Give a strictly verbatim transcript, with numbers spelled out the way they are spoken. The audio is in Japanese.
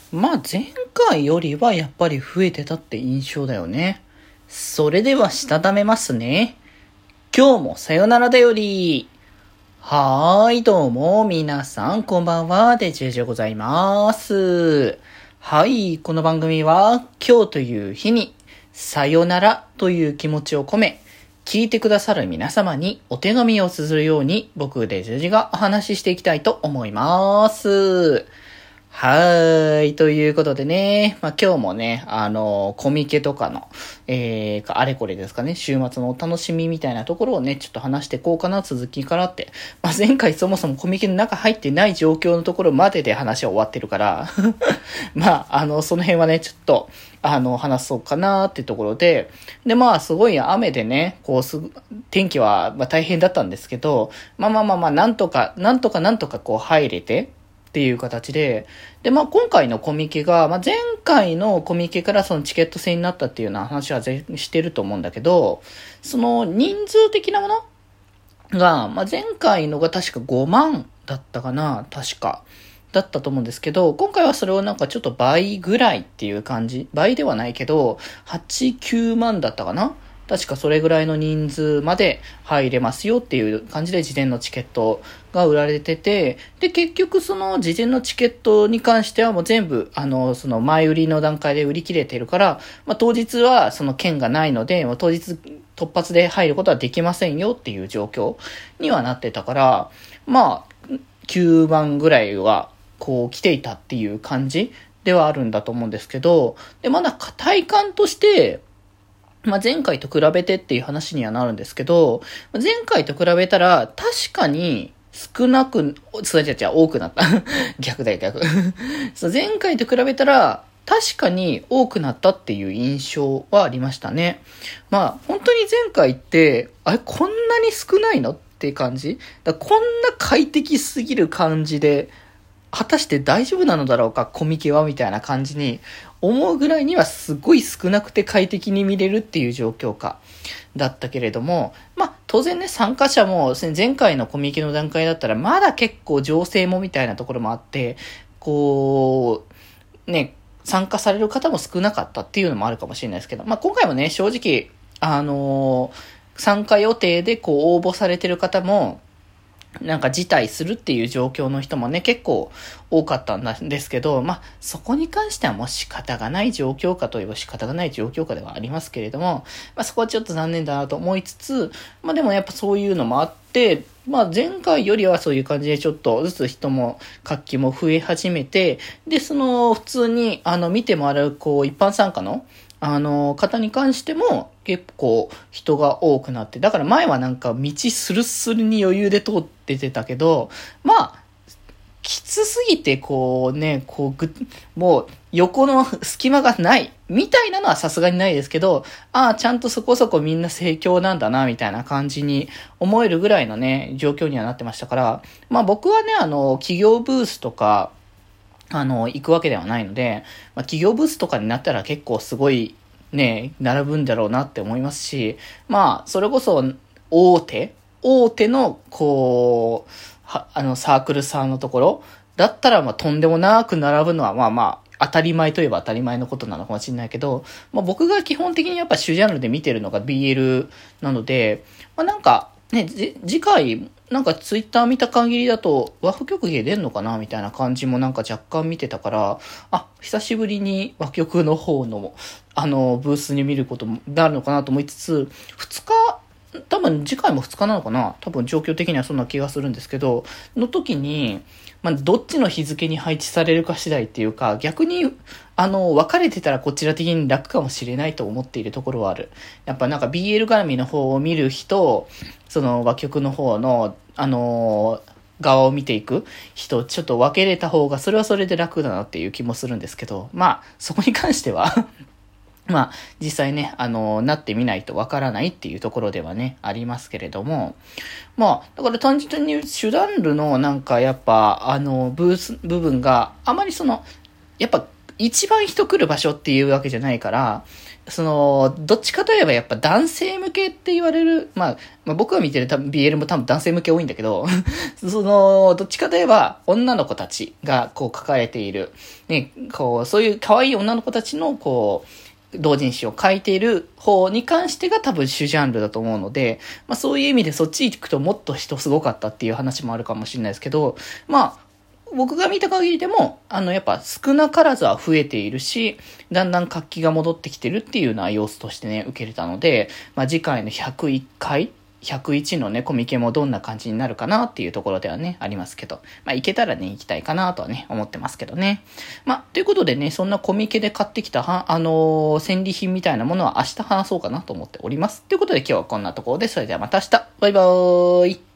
まあ前回よりはやっぱり増えてたって印象だよね。それではしたためますね。今日もさよならだより。はーい、どうも皆さんこんばんは、デジェジでございます。はい、この番組は今日という日にさよならという気持ちを込め、聞いてくださる皆様にお手紙を綴るように僕デジェジがお話ししていきたいと思います。はーい。ということでね。まあ、今日もね、あの、コミケとかの、えー、あれこれですかね、週末のお楽しみみたいなところをね、ちょっと話していこうかな、続きからって。まあ、前回そもそもコミケの中入ってない状況のところまでで話は終わってるから、まあ、あの、その辺はね、ちょっと、あの、話そうかなっていうところで、で、まあ、すごい雨でね、こう、すぐ、天気は、まあ、大変だったんですけど、まあまあまあまあ、なんとか、なんとかなんとかこう入れて、っていう形で、で、まあ今回のコミケが、まあ前回のコミケからそのチケット制になったっていうような話はぜしてると思うんだけど、その人数的なものが、まあ前回のが確かごまんだったかな、確か。だったと思うんですけど、今回はそれをなんかちょっと倍ぐらいっていう感じ。倍ではないけど、はち、きゅうまんだったかな、確かそれぐらいの人数まで入れますよっていう感じで事前のチケットが売られてて、で、結局その事前のチケットに関してはもう全部、あの、その前売りの段階で売り切れてるから、まあ当日はその券がないので、まあ、当日突発で入ることはできませんよっていう状況にはなってたから、まあ、きゅうまんぐらいはこう来ていたっていう感じではあるんだと思うんですけど、で、まだ体感として、まあ、前回と比べてっていう話にはなるんですけど、前回と比べたら確かに少なく、そうじゃじゃ多くなった。逆だよ逆。そう前回と比べたら確かに多くなったっていう印象はありましたね。まあ本当に前回って、あれこんなに少ないのって感じだ、こんな快適すぎる感じで、果たして大丈夫なのだろうか、コミケはみたいな感じに思うぐらいにはすごい少なくて快適に見れるっていう状況下だったけれども、まあ当然ね、参加者も前回のコミケの段階だったらまだ結構情勢もみたいなところもあって、こう、ね、参加される方も少なかったっていうのもあるかもしれないですけど、まあ今回もね、正直、あのー、参加予定でこう応募されてる方も、なんか辞退するっていう状況の人もね、結構多かったんですけど、まあ、そこに関してはもう仕方がない状況下といえば仕方がない状況下ではありますけれども、まあそこはちょっと残念だなと思いつつ、まあでもやっぱそういうのもあって、まあ前回よりはそういう感じでちょっとずつ人も活気も増え始めて、で、その普通にあの見てもらうこう一般参加のあの方に関しても結構人が多くなって、だから前はなんか道スルスルに余裕で通っててたけど、まあきつすぎてこうね、こうぐもう横の隙間がないみたいなのはさすがにないですけど、ああちゃんとそこそこみんな盛況なんだなみたいな感じに思えるぐらいのね状況にはなってましたから、まあ僕はね、あの企業ブースとかあの、行くわけではないので、まあ、企業ブースとかになったら結構すごいね、並ぶんだろうなって思いますし、まあ、それこそ大手大手の、こう、は、あの、サークルさんのところだったら、まあ、とんでもなく並ぶのは、まあまあ、当たり前といえば当たり前のことなのかもしれないけど、まあ僕が基本的にやっぱ主ジャンルで見てるのが ビーエル なので、まあなんか、ね、次回、なんかツイッター見た限りだと和風曲芸出んのかなみたいな感じもなんか若干見てたから、あ、久しぶりに和曲の方のあのブースに見ることもなるのかなと思いつつ、ふつか、多分次回もふつかなのかな、多分状況的にはそんな気がするんですけど、の時に、まあ、どっちの日付に配置されるか次第っていうか、逆に、あの、分かれてたらこちら的に楽かもしれないと思っているところはある。やっぱなんか ビーエル 絡みの方を見る人、その和曲の方の、あのー、側を見ていく人、ちょっと分けれた方が、それはそれで楽だなっていう気もするんですけど、まあ、そこに関してはまあ、実際ね、あの、なってみないとわからないっていうところではね、ありますけれども、まあ、だから単純に主ジャンルのなんかやっぱ、あの、ブース、部分があまりその、やっぱ一番人来る場所っていうわけじゃないから、その、どっちかといえばやっぱ男性向けって言われる、まあ、まあ、僕が見てる多分 ビーエル も多分男性向け多いんだけど、その、どっちかといえば女の子たちがこう書かれている、ね、こう、そういう可愛い女の子たちのこう、同人誌を書いている方に関してが多分主ジャンルだと思うので、まあそういう意味でそっち行くともっと人すごかったっていう話もあるかもしれないですけど、まあ、僕が見た限りでも、あの、やっぱ少なからずは増えているし、だんだん活気が戻ってきてるっていうような様子としてね、受けれたので、まあ次回のひゃくいっかい、ひゃくいちのね、コミケもどんな感じになるかなっていうところではね、ありますけど、まあ行けたらね、行きたいかなとはね、思ってますけどね。まあ、ということでね、そんなコミケで買ってきた、は、あのー、戦利品みたいなものは明日話そうかなと思っております。ということで今日はこんなところで、それではまた明日、バイバーイ。